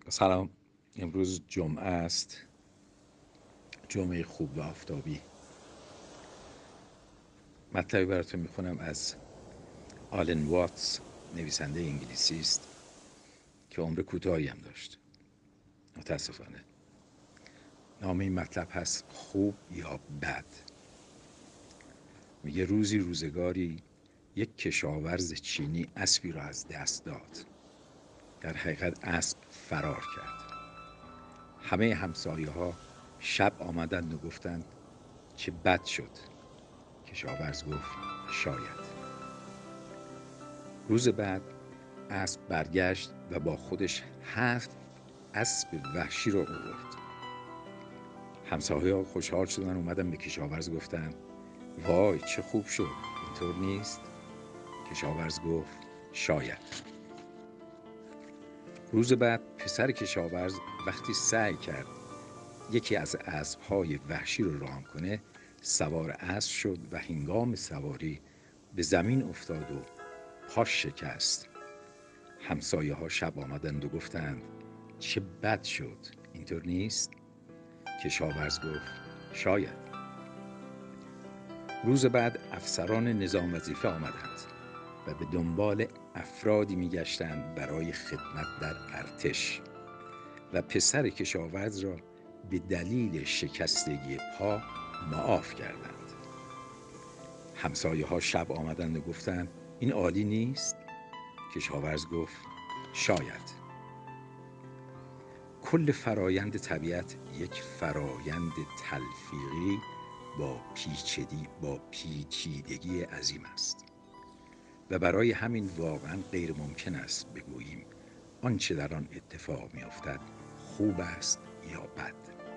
سلام. امروز جمعه است، جمعه خوب و آفتابی. مطلبی براتون میخونم از آلن واتس، نویسنده انگلیسی است که عمر کوتاهی هم داشت متاسفانه. نام این مطلب هست خوب یا بد. میگه روزی روزگاری یک کشاورز چینی اسبی را از دست داد. در حقیقت اسب فرار کرد. همه همسایه ها شب آمدند و گفتند چه بد شد. کشاورز گفت شاید. روز بعد اسب برگشت و با خودش 7 اسب وحشی را آورد. همسایه‌ها خوشحال شدن، اومدن به کشاورز گفتن وای چه خوب شد، اینطور نیست؟ کشاورز گفت شاید. روز بعد پسر کشاورز وقتی سعی کرد یکی از اسب‌های وحشی رو رام کنه، سوار اسب شد و هنگام سواری به زمین افتاد و پاش شکست. همسایه ها شب آمدند و گفتند چه بد شد، اینطور نیست؟ کشاورز گفت شاید. روز بعد افسران نظام وظیفه آمدند و به دنبال افرادی میگشتند برای خدمت در ارتش و پسر کشاورز را به دلیل شکستگی پا معاف کردند. همسایه ها شب آمدند و گفتند این عالی نیست؟ کشاورز گفت شاید. کل فرایند طبیعت یک فرایند تلفیقی با پیچیدگی عظیم است و برای همین واقعا غیر ممکن است بگوییم آنچه در آن اتفاق می افتد خوب است یا بد،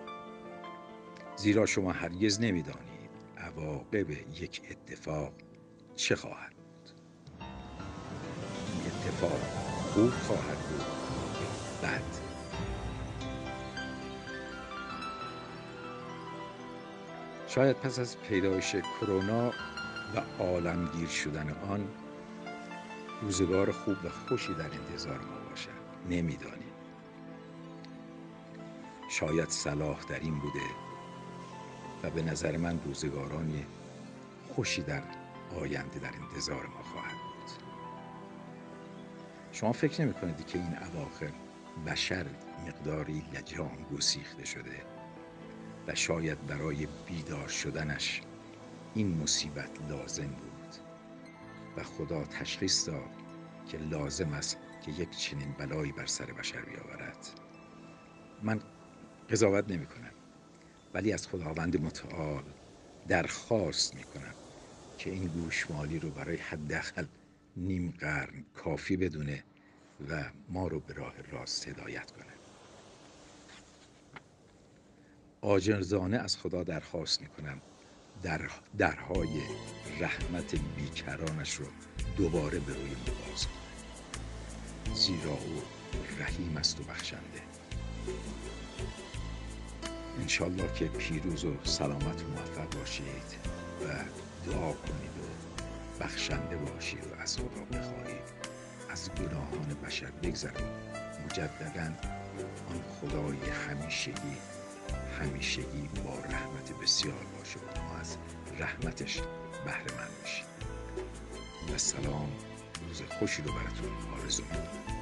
زیرا شما هرگز نمی دانید عواقب یک اتفاق چه خواهد بود. این اتفاق خوب خواهد بود یا بد. شاید پس از پیدایش کرونا و عالمگیر شدن آن روزگار خوب و خوشی در انتظار ما باشد، نمیدانیم. شاید صلاح در این بوده و به نظر من روزگاران خوشی در آینده در انتظار ما خواهد بود. شما فکر نمی کنید که این اواخر بشر مقداری لجام گسیخته شده و شاید برای بیدار شدنش این مصیبت لازم بود و خدا تشخیص داد که لازم است که یک چنین بلایی بر سر بشر بیاورد. من قضاوت نمی کنم، ولی از خداوند متعال درخواست می کنم که این گوشمالی رو برای حداقل نیم قرن کافی بدونه و ما رو به راه راست هدایت کنه. عاجزانه از خدا درخواست می کنم درهای رحمت بیکرانش رو دوباره به روی ما باز کنه، زیرا او رحیم است و بخشنده. انشالله که پیروز و سلامت و موفق باشید و دعا کنید و بخشنده باشید و از خدا بخواهید از گناهان بشر بگذرید. مجدداً آن خدای همیشگی با رحمت بسیار باشه و ما از رحمتش بهره مند باشیم. و سلام، روز خوشی رو براتون آرزو می‌کنم.